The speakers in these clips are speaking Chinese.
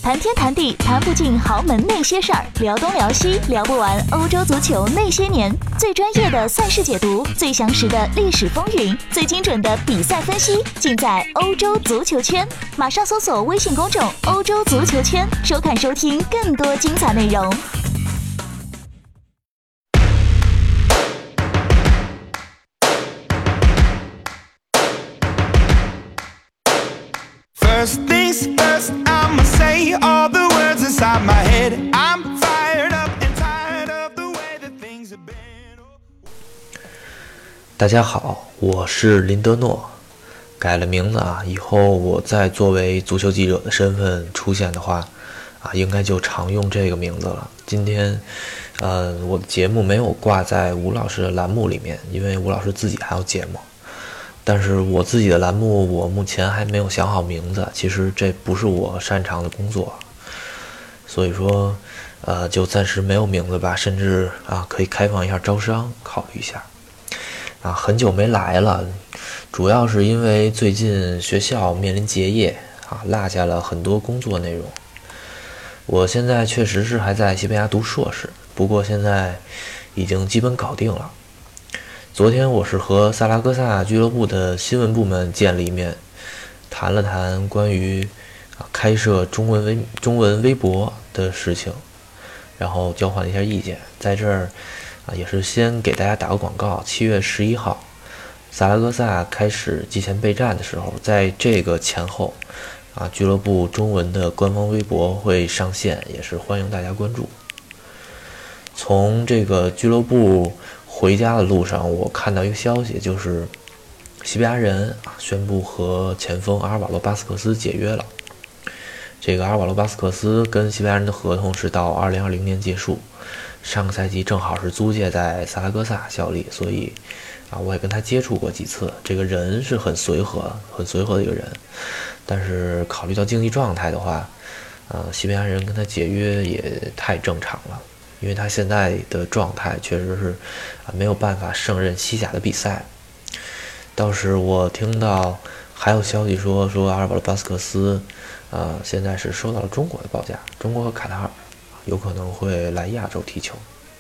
谈天谈地谈不尽豪门那些事儿，聊东聊西聊不完欧洲足球那些年。最专业的赛事解读，最详实的历史风云，最精准的比赛分析，尽在欧洲足球圈。马上搜索微信公众“欧洲足球圈”，收看收听更多精彩内容。 First things first, I'ma say all the words inside my head. I'm fired up and tired of the way that things have been. 大家好，我是林德诺，改了名字啊，以后我再作为足球记者的身份出现的话，应该就常用这个名字了。今天，我的节目没有挂在吴老师的栏目里面，因为吴老师自己还有节目。但是我自己的栏目，我目前还没有想好名字。其实这不是我擅长的工作，所以说，就暂时没有名字吧。甚至可以开放一下招商，考虑一下。很久没来了，主要是因为最近学校面临结业落下了很多工作内容。我现在确实是还在西班牙读硕士，不过现在已经基本搞定了。昨天我是和萨拉戈萨俱乐部的新闻部门见了一面，谈了谈关于开设中文微博的事情，然后交换了一下意见。在这儿也是先给大家打个广告，7月11号萨拉戈萨开始季前备战的时候，在这个前后俱乐部中文的官方微博会上线，也是欢迎大家关注。从这个俱乐部回家的路上，我看到一个消息，就是西班牙人宣布和前锋阿尔瓦罗·巴斯克斯解约了。这个阿尔瓦罗·巴斯克斯跟西班牙人的合同是到2020年结束，上个赛季正好是租借在萨拉戈萨效力，所以我也跟他接触过几次。这个人是很随和的一个人，但是考虑到竞技状态的话，西班牙人跟他解约也太正常了。因为他现在的状态确实是没有办法胜任西甲的比赛。倒是我听到还有消息说阿尔瓦罗·巴斯克斯现在是收到了中国的报价，中国和卡塔尔有可能会来亚洲踢球。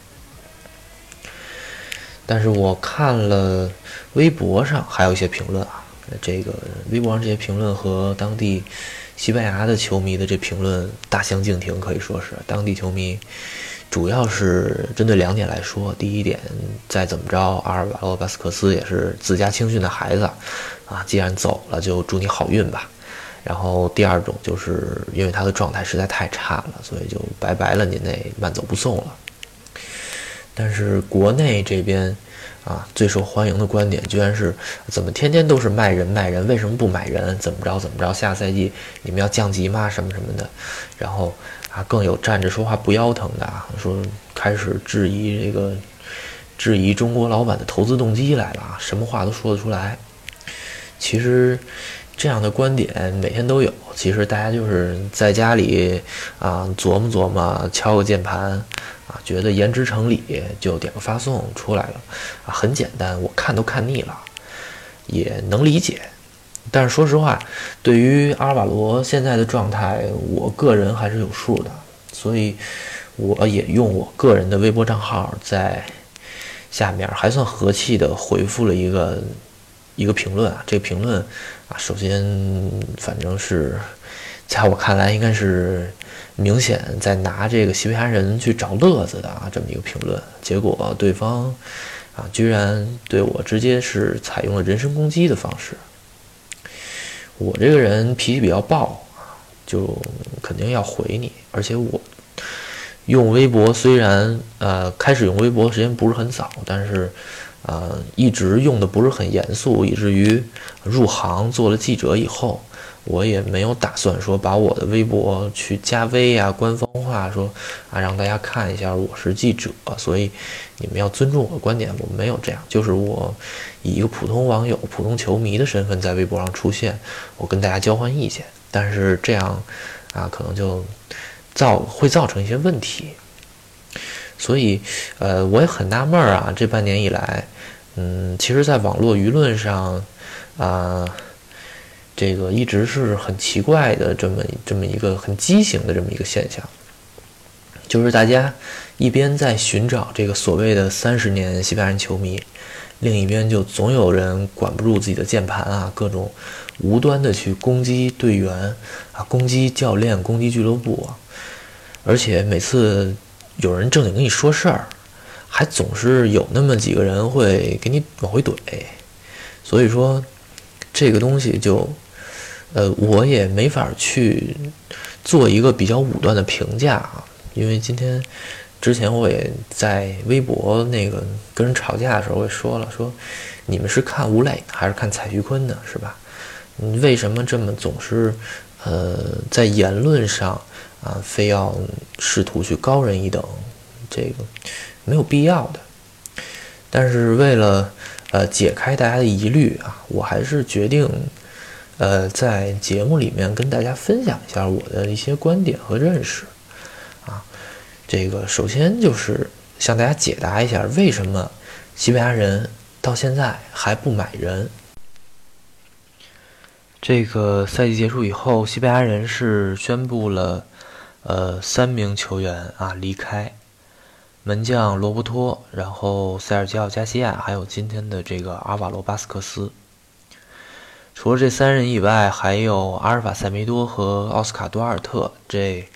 但是我看了微博上还有一些评论这个微博上这些评论和当地西班牙的球迷的这评论大相径庭，可以说是当地球迷主要是针对2点来说。第一点，再怎么着，阿尔瓦罗·巴斯克斯也是自家青训的孩子既然走了，就祝你好运吧。然后第二种，就是因为他的状态实在太差了，所以就拜拜了，您那慢走不送了。但是国内这边最受欢迎的观点居然是怎么天天都是卖人，为什么不买人？怎么着？下赛季你们要降级吗？什么的。然后更有站着说话不腰疼的说开始质疑中国老板的投资动机来了什么话都说得出来。其实这样的观点每天都有，其实大家就是在家里琢磨，敲个键盘觉得言之成理，就点个发送出来了很简单，我看都看腻了，也能理解。但是说实话，对于阿尔瓦罗现在的状态，我个人还是有数的，所以我也用我个人的微博账号在下面还算和气的回复了一个评论这个评论首先反正是在我看来应该是明显在拿这个西班牙人去找乐子的这么一个评论。结果对方居然对我直接是采用了人身攻击的方式。我这个人脾气比较暴就肯定要回你，而且我用微博虽然开始用微博时间不是很早，但是一直用的不是很严肃，以至于入行做了记者以后，我也没有打算说把我的微博去加微官方化，说让大家看一下我是记者，所以你们要尊重我的观点。我没有这样，就是我以一个普通网友、普通球迷的身份在微博上出现，我跟大家交换意见。但是这样可能就会造成一些问题。所以我也很纳闷这半年以来其实在网络舆论上这个一直是很奇怪的这么一个很畸形的这么一个现象，就是大家一边在寻找这个所谓的30年西班牙人球迷，另一边就总有人管不住自己的键盘啊，各种无端的去攻击队员啊，攻击教练，攻击俱乐部啊，而且每次有人正经跟你说事儿，还总是有那么几个人会给你往回怼，所以说这个东西就我也没法去做一个比较武断的评价啊，因为之前我也在微博那个跟人吵架的时候我也说了，说你们是看吴磊还是看蔡徐坤的，是吧？你为什么这么总是在言论上啊非要试图去高人一等，这个没有必要的。但是为了解开大家的疑虑啊，我还是决定在节目里面跟大家分享一下我的一些观点和认识啊。这个首先就是向大家解答一下为什么西班牙人到现在还不买人。这个赛季结束以后，西班牙人是宣布了3名球员啊离开，门将罗伯托，然后塞尔吉奥加西亚，还有今天的这个阿瓦罗巴斯克斯。除了这3人以外，还有阿尔法塞梅多和奥斯卡多尔特，这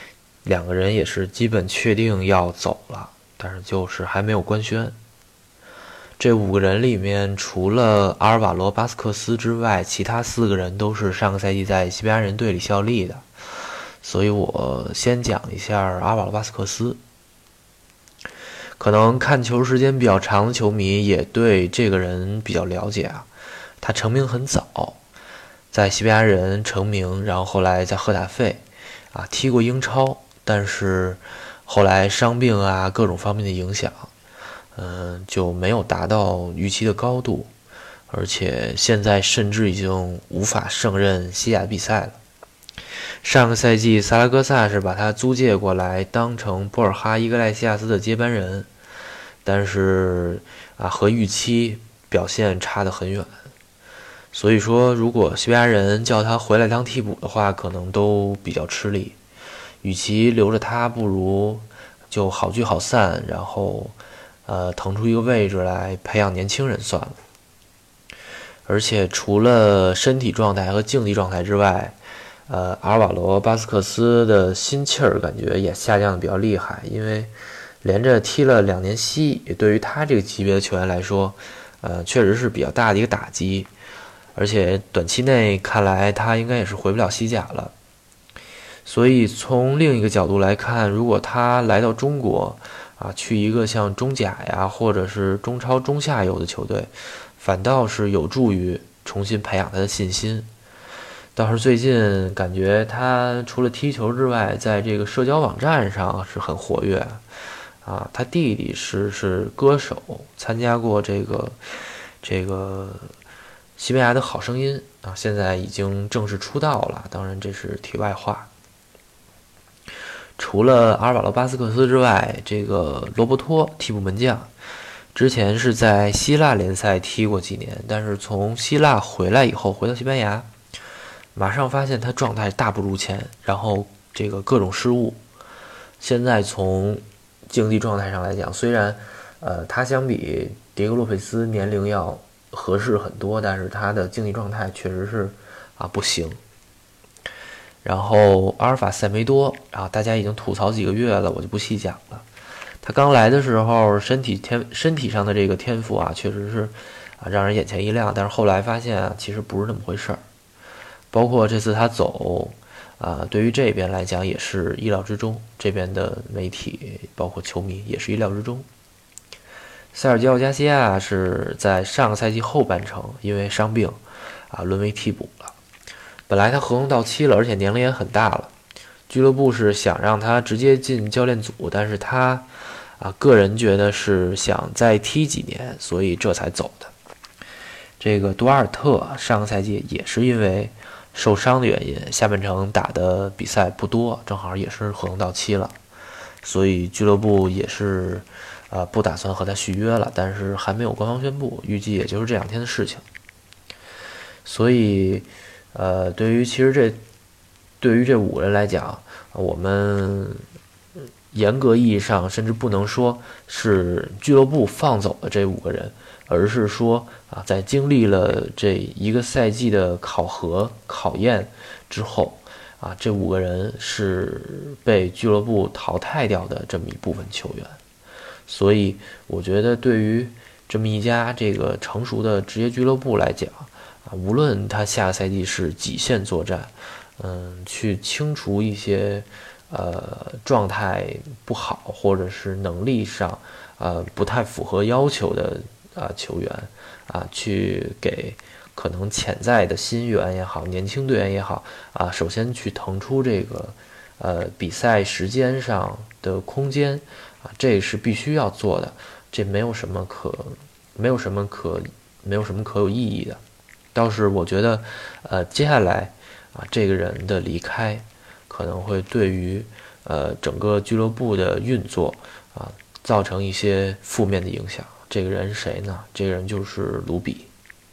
2个人也是基本确定要走了，但是就是还没有官宣。这5个人里面，除了阿尔瓦罗巴斯克斯之外，其他4个人都是上个赛季在西班牙人队里效力的，所以我先讲一下阿瓦罗巴斯克斯。可能看球时间比较长的球迷也对这个人比较了解啊。他成名很早，在西班牙人成名，然后后来在赫塔费啊踢过英超，但是后来伤病啊各种方面的影响，就没有达到预期的高度，而且现在甚至已经无法胜任西甲比赛了。上个赛季萨拉戈萨是把他租借过来当成波尔哈伊格莱西亚斯的接班人，但是和预期表现差得很远。所以说如果西班牙人叫他回来当替补的话，可能都比较吃力，与其留着他，不如就好聚好散，然后腾出一个位置来培养年轻人算了。而且除了身体状态和竞技状态之外，阿尔瓦罗巴斯克斯的心气儿感觉也下降的比较厉害，因为连着踢了2年西，也对于他这个级别的球员来说确实是比较大的一个打击。而且短期内看来他应该也是回不了西甲了，所以从另一个角度来看，如果他来到中国去一个像中甲呀或者是中超中下游的球队，反倒是有助于重新培养他的信心。倒是最近感觉他除了踢球之外，在这个社交网站上是很活跃啊。他弟弟是歌手，参加过这个西班牙的好声音啊，现在已经正式出道了，当然这是题外话。除了阿尔瓦罗巴斯克斯之外，这个罗伯托替补门将之前是在希腊联赛踢过几年，但是从希腊回来以后回到西班牙，马上发现他状态大不如前，然后这个各种失误。现在从竞技状态上来讲，虽然他相比迭戈洛佩斯年龄要合适很多，但是他的竞技状态确实是不行。然后阿尔法塞梅多大家已经吐槽几个月了，我就不细讲了。他刚来的时候身体上的这个天赋确实是让人眼前一亮，但是后来发现其实不是那么回事儿。包括这次他走对于这边来讲也是意料之中，这边的媒体包括球迷也是意料之中。塞尔吉奥加西亚是在上个赛季后半程因为伤病沦为替补了。本来他合同到期了，而且年龄也很大了，俱乐部是想让他直接进教练组，但是他个人觉得是想再踢几年，所以这才走的。这个多尔特上个赛季也是因为受伤的原因，下半程打的比赛不多，正好也是合同到期了，所以俱乐部也是不打算和他续约了，但是还没有官方宣布，预计也就是这2天的事情。所以对于这5个人来讲，我们严格意义上甚至不能说是俱乐部放走了这5个人，而是说在经历了这一个赛季的考验之后这5个人是被俱乐部淘汰掉的这么一部分球员。所以我觉得对于这么一家这个成熟的职业俱乐部来讲无论他下个赛季是几线作战，去清除一些状态不好或者是能力上不太符合要求的球员去给可能潜在的新援也好，年轻队员也好首先去腾出这个比赛时间上的空间这是必须要做的，这没有什么可有意义的。倒是我觉得接下来这个人的离开可能会对于整个俱乐部的运作造成一些负面的影响。这个人是谁呢？这个人就是卢比。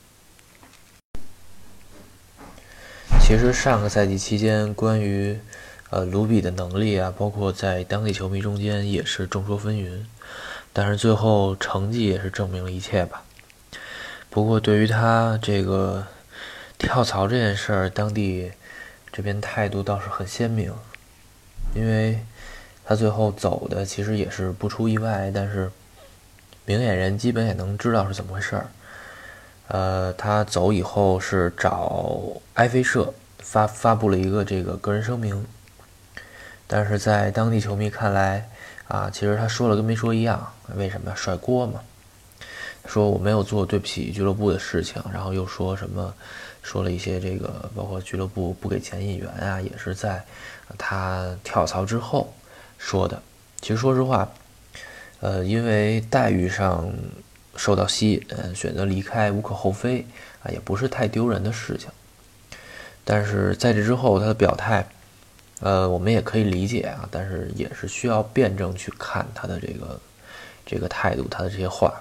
其实上个赛季期间关于卢比的能力包括在当地球迷中间也是众说纷纭，但是最后成绩也是证明了一切吧。不过对于他这个跳槽这件事儿，当地这边态度倒是很鲜明，因为他最后走的其实也是不出意外，但是明眼人基本也能知道是怎么回事儿。他走以后是找埃菲社发布了一个这个个人声明，但是在当地球迷看来其实他说了跟没说一样。为什么要甩锅嘛？说我没有做对不起俱乐部的事情，然后又说了一些这个包括俱乐部不给钱引援也是在他跳槽之后说的。其实说实话因为待遇上受到吸引选择离开无可厚非也不是太丢人的事情。但是在这之后他的表态我们也可以理解但是也是需要辩证去看他的这个态度，他的这些话。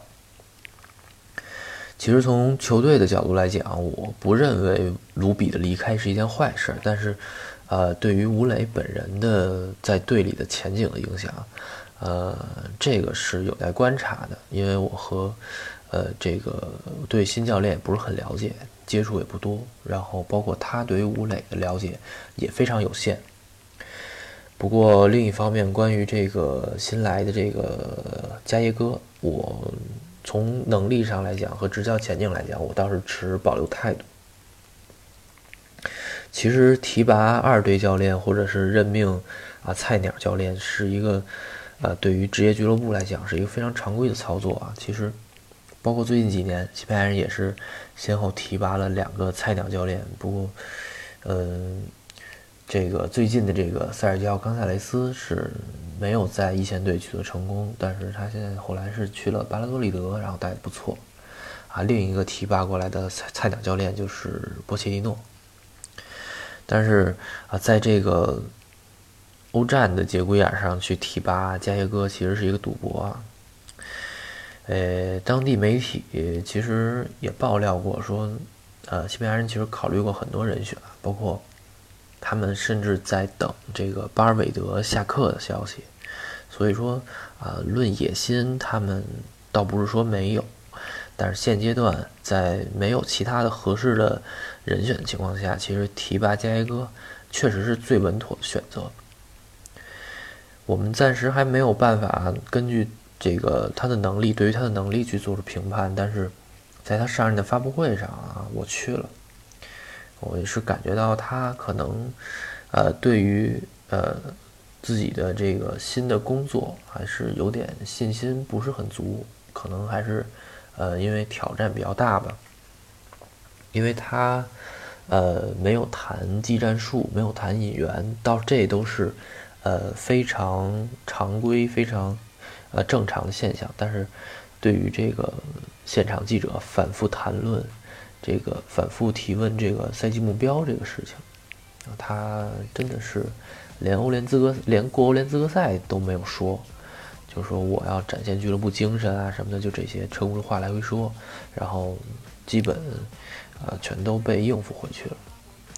其实从球队的角度来讲，我不认为卢比的离开是一件坏事，但是对于吴磊本人的在队里的前景的影响这个是有待观察的。因为我和这个对新教练也不是很了解，接触也不多，然后包括他对于吴磊的了解也非常有限。不过另一方面，关于这个新来的这个加耶戈，我从能力上来讲和执教前景来讲，我倒是持保留态度。其实提拔2队教练或者是任命菜鸟教练是一个对于职业俱乐部来讲是一个非常常规的操作其实包括最近几年西班牙人也是先后提拔了2个菜鸟教练。不过这个最近的这个塞尔吉奥·冈萨雷斯是没有在一线队取得成功，但是他现在后来是去了巴拉多利德，然后带得不错另一个提拔过来的菜鸟教练就是波切蒂诺。但是在这个欧战的节骨眼上去提拔加耶戈其实是一个赌博当地媒体其实也爆料过说西班牙人其实考虑过很多人选，包括他们甚至在等这个巴尔韦德下课的消息。所以说论野心他们倒不是说没有，但是现阶段在没有其他的合适的人选的情况下，其实提拔加耶戈确实是最稳妥的选择。我们暂时还没有办法根据这个他的能力，对于他的能力去做出评判，但是在他上任的发布会上我去了，我也是感觉到他可能对于自己的这个新的工作还是有点信心不是很足，可能还是因为挑战比较大吧。因为他没有谈技战术，没有谈引援，这都是非常常规非常正常的现象。但是对于这个现场记者反复谈论这个反复提问这个赛季目标这个事情他真的是连过欧联资格赛都没有说，就说我要展现俱乐部精神什么的，就这些车轱辘话来回说，然后基本全都被应付回去了。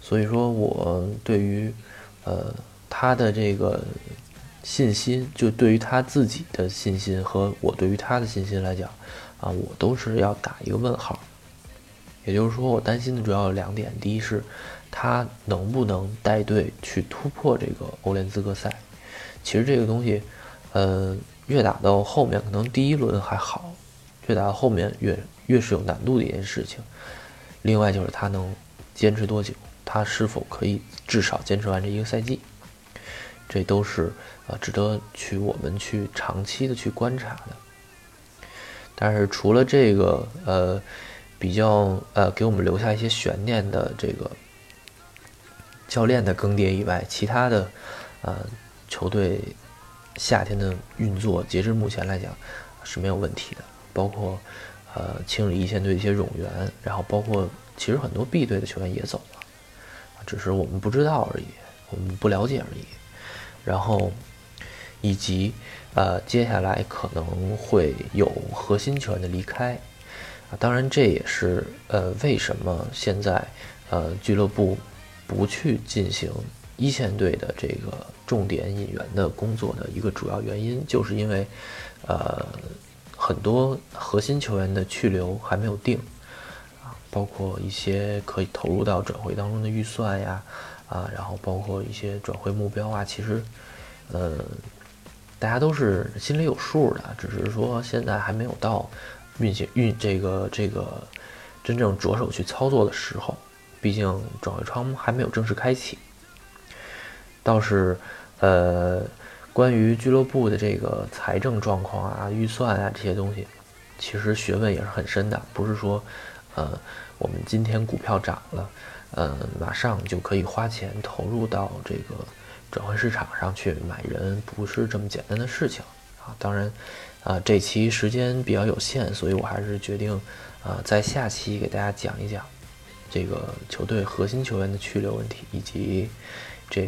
所以说我对于他的这个信心，就对于他自己的信心和我对于他的信心来讲啊，我都是要打一个问号。也就是说，我担心的主要有2点，第一是他能不能带队去突破这个欧联资格赛。其实这个东西越打到后面，可能第1轮还好，越打到后面越是有难度的一件事情。另外就是他能坚持多久，他是否可以至少坚持完这一个赛季，这都是值得我们去长期的去观察的。但是除了这个比较给我们留下一些悬念的这个教练的更迭以外，其他的球队夏天的运作，截至目前来讲是没有问题的，包括清理一线队的一些冗员，然后包括其实很多 B 队的球员也走了，只是我们不知道而已，我们不了解而已。然后以及接下来可能会有核心球员的离开当然这也是为什么现在俱乐部不去进行一线队的这个重点引援的工作的一个主要原因，就是因为很多核心球员的去留还没有定包括一些可以投入到转会当中的预算呀然后包括一些转会目标其实大家都是心里有数的，只是说现在还没有到这个真正着手去操作的时候，毕竟转会窗还没有正式开启。倒是关于俱乐部的这个财政状况预算这些东西，其实学问也是很深的，不是说我们今天股票涨了马上就可以花钱投入到这个转会市场上去买人，不是这么简单的事情当然这期时间比较有限，所以我还是决定在下期给大家讲一讲这个球队核心球员的去留问题，以及这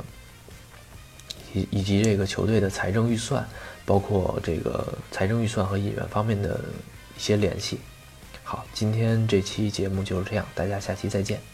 个球队的财政预算，包括这个财政预算和引援方面的一些联系。好，今天这期节目就是这样，大家下期再见。